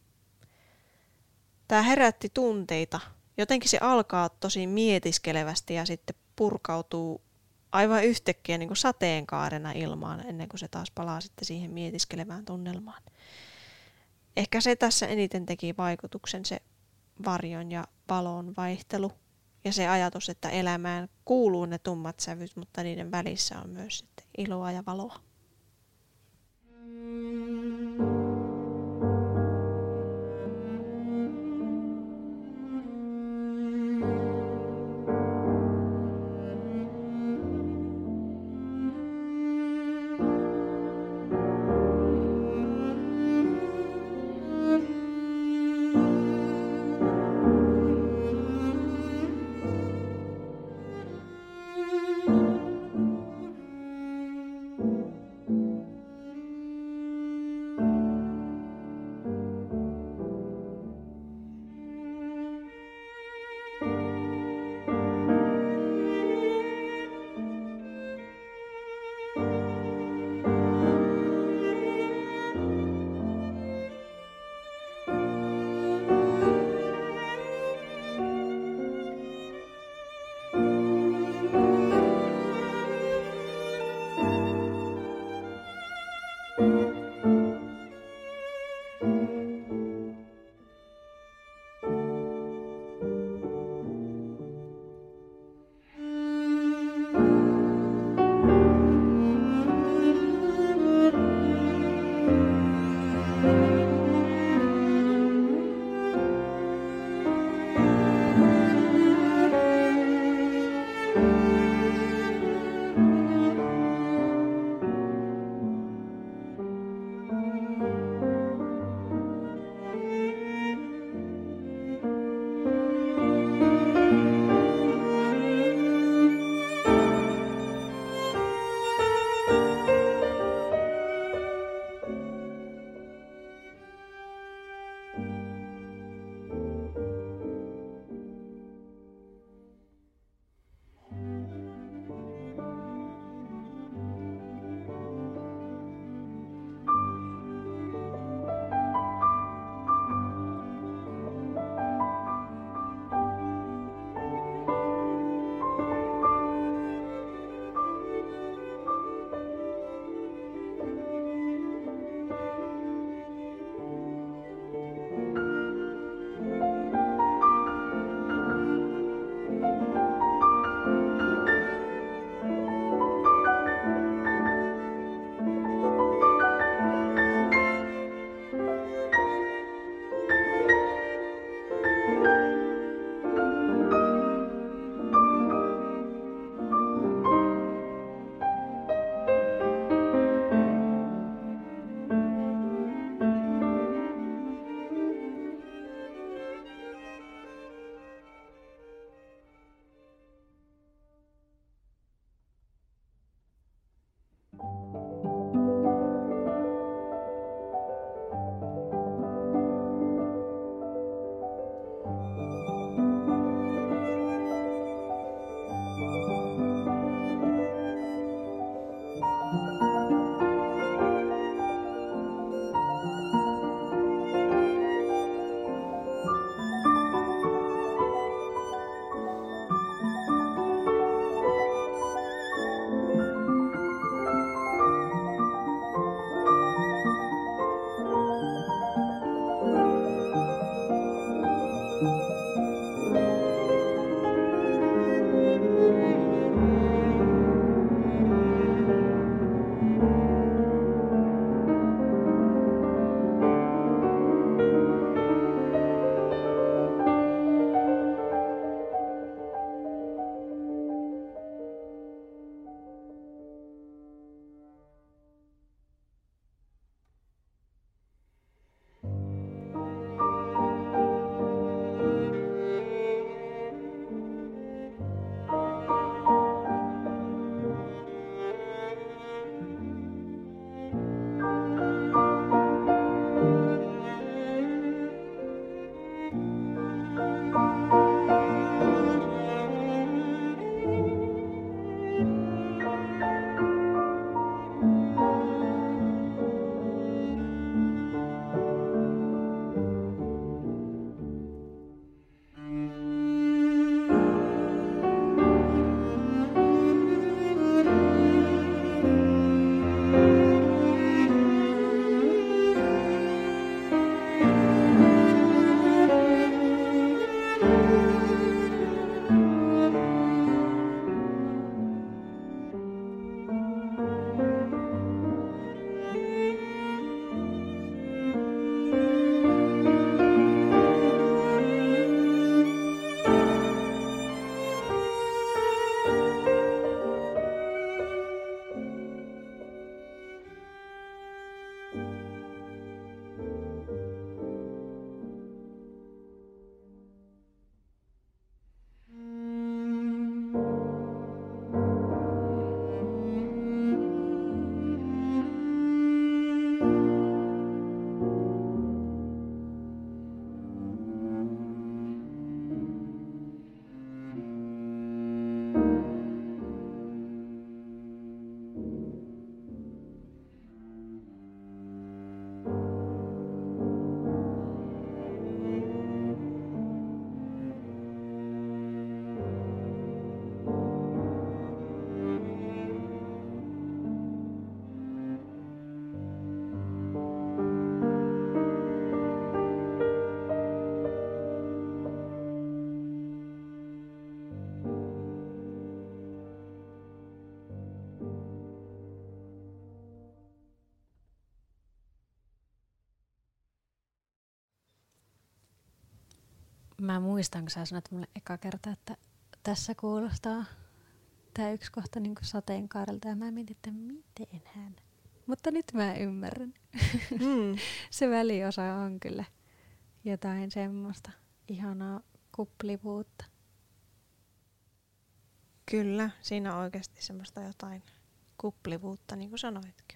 Tämä herätti tunteita. Jotenkin se alkaa tosi mietiskelevästi ja sitten purkautuu aivan yhtäkkiä niin kuin sateenkaarena ilmaan ennen kuin se taas palaa sitten siihen mietiskelevään tunnelmaan. Ehkä se tässä eniten teki vaikutuksen, se varjon ja valon vaihtelu ja se ajatus, että elämään kuuluu ne tummat sävyt, mutta niiden välissä on myös sitten iloa ja valoa. Mä muistan, kun sä sanoit mulle eka kerta, että tässä kuulostaa tää yksi kohta niin kuin sateenkaarelta ja mä mietin, että miten hän. Mutta nyt mä ymmärrän. Se väliosa on kyllä jotain semmoista ihanaa kuplivuutta. Kyllä, siinä on oikeasti semmoista jotain kuplivuutta, niin kuin sanoitkin.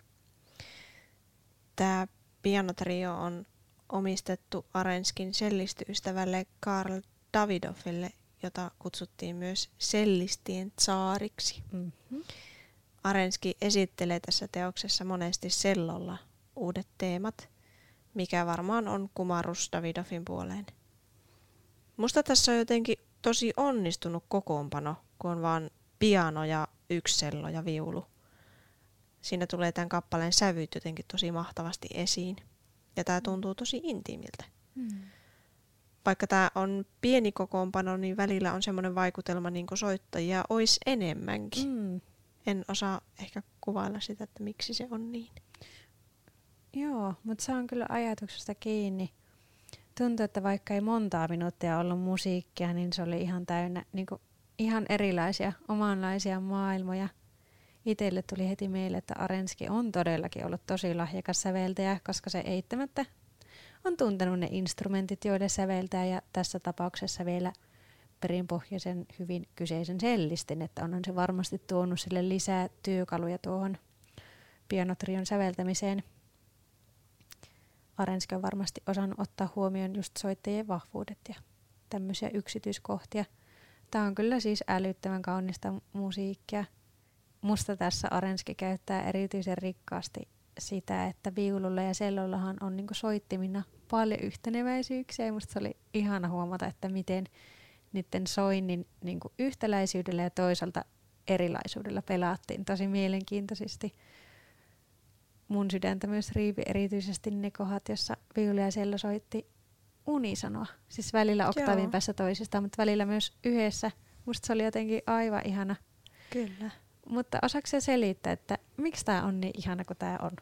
Tämä pianotrio on omistettu Arenskin sellistyystävälle Karl Davidoffille, jota kutsuttiin myös sellistien tsaariksi. Mm-hmm. Arenski esittelee tässä teoksessa monesti sellolla uudet teemat, mikä varmaan on kumarrus Davidoffin puoleen. Musta tässä on jotenkin tosi onnistunut kokoonpano, kun on vaan piano ja yksi sello ja viulu. Siinä tulee tämän kappaleen sävyt jotenkin tosi mahtavasti esiin. Ja tämä tuntuu tosi intiimiltä. Vaikka tämä on pieni kokoonpano, niin välillä on semmoinen vaikutelma, niin kuin soittajia olisi enemmänkin. En osaa ehkä kuvailla sitä, että miksi se on niin. Joo, mutta se on kyllä ajatuksesta kiinni. Tuntuu, että vaikka ei montaa minuuttia ollut musiikkia, niin se oli ihan täynnä niin kuin ihan erilaisia, omanlaisia maailmoja. Itselle tuli heti meille, että Arenski on todellakin ollut tosi lahjakas säveltäjä, koska se eittämättä on tuntenut ne instrumentit, joille säveltää, ja tässä tapauksessa vielä perinpohjaisen hyvin kyseisen sellistin, että onhan se varmasti tuonut sille lisää työkaluja tuohon pianotrion säveltämiseen. Arenski on varmasti osannut ottaa huomioon just soittajien vahvuudet ja tämmöisiä yksityiskohtia. Tämä on kyllä siis älyttömän kaunista musiikkia. Musta tässä Arenski käyttää erityisen rikkaasti sitä, että viululla ja cellollahan on niinku soittimina paljon yhteneväisyyksiä. Ja musta se oli ihana huomata, että miten niiden soinnin niinku yhtäläisyydellä ja toisaalta erilaisuudella pelattiin tosi mielenkiintoisesti. Mun sydäntä myös riipi erityisesti ne kohdat, jossa viulu ja cello soitti unisanoa. Siis välillä oktaavin päässä toisistaan, mutta välillä myös yhdessä. Musta se oli jotenkin aivan ihana. Kyllä. Mutta osaatko sä selittää, että miksi tää on niin ihana kuin tää on?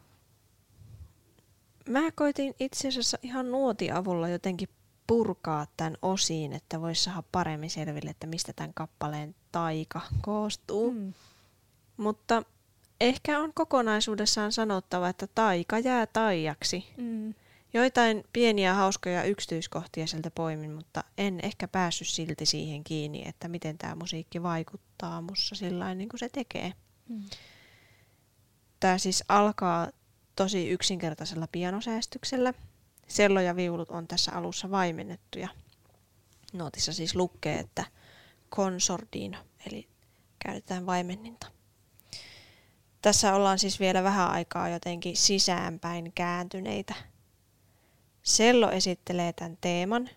Mä koitin itse asiassa ihan nuotin avulla jotenkin purkaa tämän osiin, että voisi saada paremmin selville, että mistä tämän kappaleen taika koostuu. Mutta ehkä on kokonaisuudessaan sanottava, että taika jää taiaksi. Joitain pieniä hauskoja yksityiskohtia sieltä poimin, mutta en ehkä päässyt silti siihen kiinni, että miten tämä musiikki vaikuttaa mussa sillain niin kuin se tekee. Tämä siis alkaa tosi yksinkertaisella pianosäästyksellä. Sello ja viulut on tässä alussa vaimennettu ja nootissa siis lukee, että consordino, eli käytetään vaimenninta. Tässä ollaan siis vielä vähän aikaa jotenkin sisäänpäin kääntyneitä. Sello esittelee tämän teeman.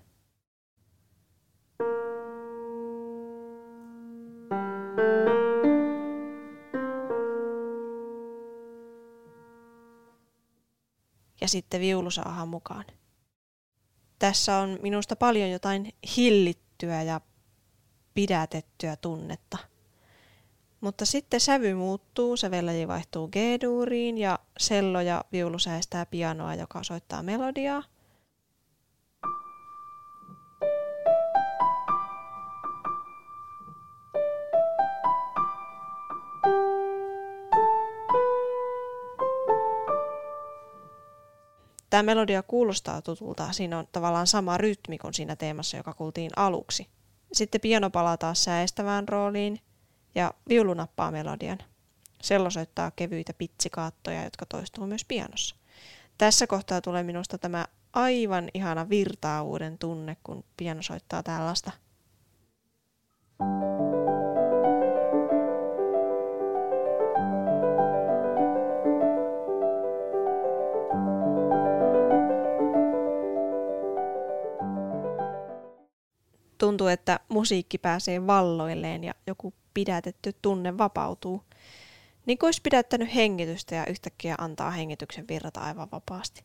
Ja sitten viulu saadaan mukaan. Tässä on minusta paljon jotain hillittyä ja pidätettyä tunnetta. Mutta sitten sävy muuttuu, sävelläji vaihtuu G-duuriin ja sello ja viulu säestää pianoa, joka soittaa melodiaa. Tämä melodia kuulostaa tutulta. Siinä on tavallaan sama rytmi kuin siinä teemassa, joka kuultiin aluksi. Sitten piano palaa taas säestävään rooliin ja viulu nappaa melodian. Sello soittaa kevyitä pitsikaattoja, jotka toistuu myös pianossa. Tässä kohtaa tulee minusta tämä aivan ihana virtaavuuden tunne, kun piano soittaa tällaista. Tuntuu, että musiikki pääsee valloilleen ja joku pidätetty tunne vapautuu. Niin kuin olisi pidättänyt hengitystä ja yhtäkkiä antaa hengityksen virrata aivan vapaasti.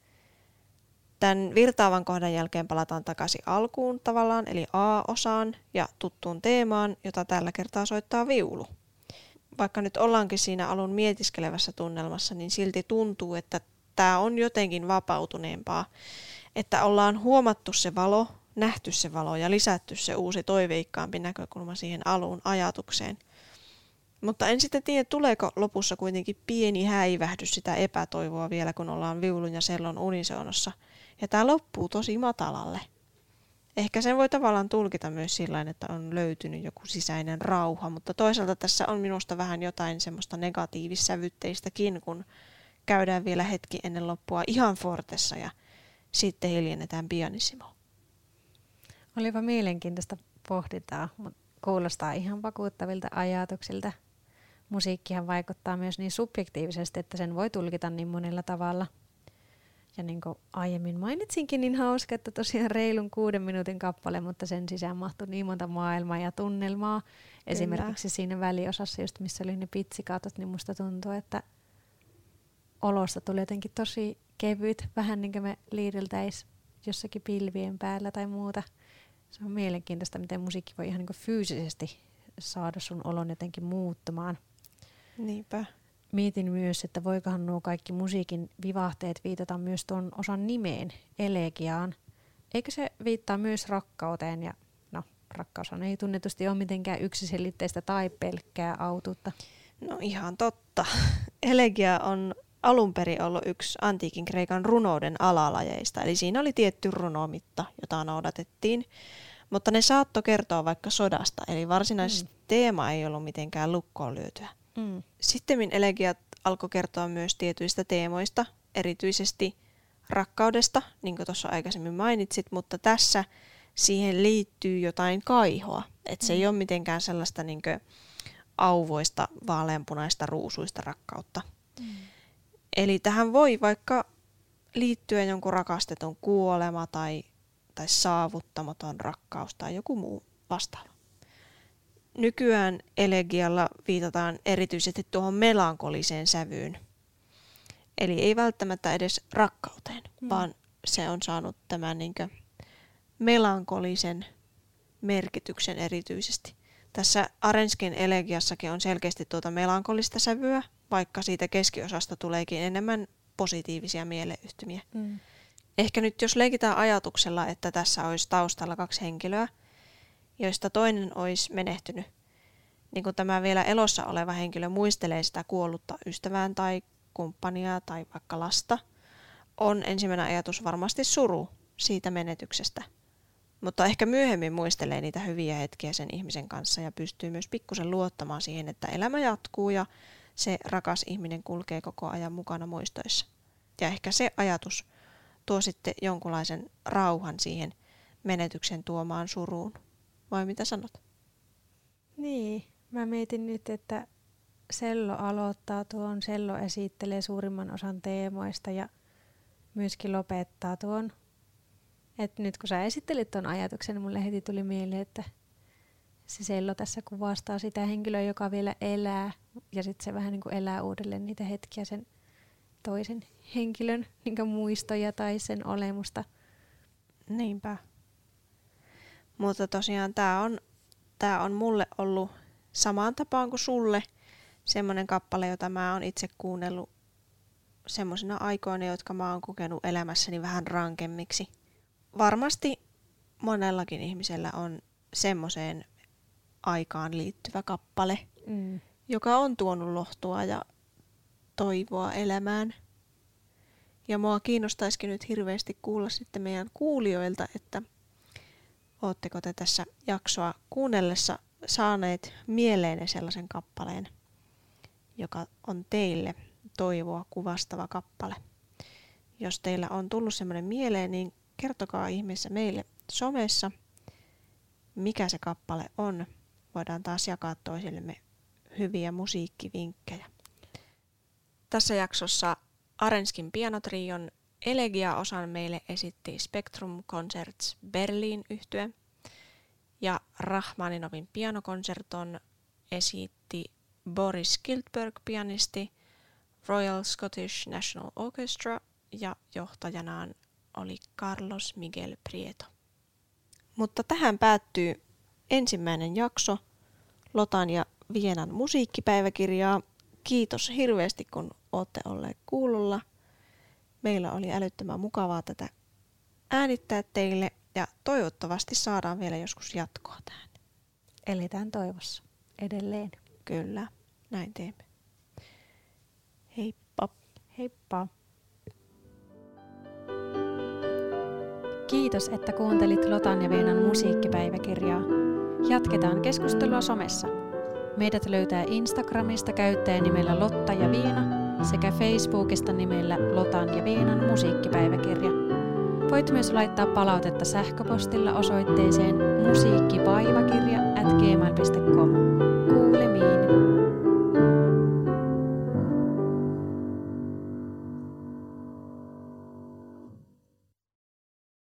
Tämän virtaavan kohdan jälkeen palataan takaisin alkuun tavallaan, eli A-osaan ja tuttuun teemaan, jota tällä kertaa soittaa viulu. Vaikka nyt ollaankin siinä alun mietiskelevässä tunnelmassa, niin silti tuntuu, että tämä on jotenkin vapautuneempaa. Että ollaan huomattu se valo, nähty se valo ja lisätty se uusi toiveikkaampi näkökulma siihen alun ajatukseen. Mutta en sitten tiedä, tuleeko lopussa kuitenkin pieni häivähdys sitä epätoivoa vielä, kun ollaan viulun ja sellon unisonossa. Ja tämä loppuu tosi matalalle. Ehkä sen voi tavallaan tulkita myös sillain, että on löytynyt joku sisäinen rauha, mutta toisaalta tässä on minusta vähän jotain semmoista negatiivissävytteistäkin, kun käydään vielä hetki ennen loppua ihan fortessa ja sitten hiljennetään pianissimo. Olipa mielenkiintoista pohdintaa, mutta kuulostaa ihan vakuuttavilta ajatuksilta. Musiikkihan vaikuttaa myös niin subjektiivisesti, että sen voi tulkita niin monella tavalla. Ja niin kuin aiemmin mainitsinkin, niin hauska, että tosiaan reilun 6 minuutin kappale, mutta sen sisään mahtui niin monta maailmaa ja tunnelmaa. Kyllä. Esimerkiksi siinä väliosassa, just missä oli ne pitsikaatot, niin musta tuntuu, että olosta tuli jotenkin tosi kevyt, vähän niin kuin me liideltäis jossakin pilvien päällä tai muuta. Se on mielenkiintoista, miten musiikki voi ihan niin kuin fyysisesti saada sun olon jotenkin muuttumaan. Niinpä. Mietin myös, että voikohan nuo kaikki musiikin vivahteet viitata myös tuon osan nimeen, elegiaan. Eikö se viittaa myös rakkauteen? Ja no, rakkaushan ei tunnetusti ole mitenkään yksiselitteistä tai pelkkää autuutta. No ihan totta. Elegia on alun perin ollut yksi antiikin Kreikan runouden alalajeista. Eli siinä oli tietty runomitta, jota noudatettiin. Mutta ne saattoi kertoa vaikka sodasta, eli varsinaisesti teema ei ollut mitenkään lukkoon lyötyä. Sittemmin elegiat alkoi kertoa myös tietyistä teemoista, erityisesti rakkaudesta, niin kuin tuossa aikaisemmin mainitsit, mutta tässä siihen liittyy jotain kaihoa. Että se ei ole mitenkään sellaista niin kuin auvoista, vaaleanpunaista, ruusuista rakkautta. Eli tähän voi vaikka liittyä jonkun rakastetun kuolema tai saavuttamaton rakkaus tai joku muu vastaava. Nykyään elegialla viitataan erityisesti tuohon melankoliseen sävyyn. Eli ei välttämättä edes rakkauteen, vaan se on saanut tämän niinkö melankolisen merkityksen erityisesti. Tässä Arenskin elegiassakin on selkeästi tuota melankolista sävyä, vaikka siitä keskiosasta tuleekin enemmän positiivisia mieleyhtymiä. Ehkä nyt jos leikitään ajatuksella, että tässä olisi taustalla 2 henkilöä, joista toinen olisi menehtynyt, niin kun tämä vielä elossa oleva henkilö muistelee sitä kuollutta ystävään tai kumppania tai vaikka lasta, on ensimmäinen ajatus varmasti suru siitä menetyksestä. Mutta ehkä myöhemmin muistelee niitä hyviä hetkiä sen ihmisen kanssa ja pystyy myös pikkusen luottamaan siihen, että elämä jatkuu ja se rakas ihminen kulkee koko ajan mukana muistoissa. Ja ehkä se ajatus tuo sitten jonkunlaisen rauhan siihen menetyksen tuomaan suruun. Vai mitä sanot? Niin, mä mietin nyt, että Sello aloittaa tuon, Sello esittelee suurimman osan teemoista ja myöskin lopettaa tuon. Et nyt kun sä esittelit tuon ajatuksen, niin mulle heti tuli mieleen, että se Sello tässä kuvastaa sitä henkilöä, joka vielä elää. Ja sitten se vähän niin kuin elää uudelleen niitä hetkiä sen toisen henkilön niin muistoja tai sen olemusta. Niinpä. Mutta tosiaan tää on mulle ollut samaan tapaan kuin sulle semmoinen kappale, jota mä oon itse kuunnellut semmoisina aikoina, jotka mä oon kokenut elämässäni vähän rankemmiksi. Varmasti monellakin ihmisellä on semmoiseen aikaan liittyvä kappale, joka on tuonut lohtua ja toivoa elämään. Ja mua kiinnostaisikin nyt hirveästi kuulla sitten meidän kuulijoilta, että ootteko te tässä jaksoa kuunnellessa saaneet mieleenne sellaisen kappaleen, joka on teille toivoa kuvastava kappale. Jos teillä on tullut semmoinen mieleen, niin kertokaa ihmeessä meille somessa, mikä se kappale on. Voidaan taas jakaa toisillemme hyviä musiikkivinkkejä. Tässä jaksossa Arenskin pianotrion Elegia-osan meille esitti Spectrum Concerts Berlin -yhtye ja Rachmaninovin pianokonserton esitti Boris Giltberg pianisti, Royal Scottish National Orchestra ja johtajanaan oli Carlos Miguel Prieto. Mutta tähän päättyy ensimmäinen jakso Lotan ja Vienan musiikkipäiväkirjaa. Kiitos hirveästi, kun olette olleet kuulolla. Meillä oli älyttömän mukavaa tätä äänittää teille ja toivottavasti saadaan vielä joskus jatkoa tähän. Eletään toivossa edelleen. Kyllä, näin teemme. Heippa. Heippa. Kiitos, että kuuntelit Lotan ja Vienan musiikkipäiväkirjaa. Jatketaan keskustelua somessa. Meidät löytää Instagramista käyttäjänimellä Lotta ja Viina sekä Facebookista nimellä Lotan ja Viinan musiikkipäiväkirja. Voit myös laittaa palautetta sähköpostilla osoitteeseen musiikkipäiväkirja@gmail.com.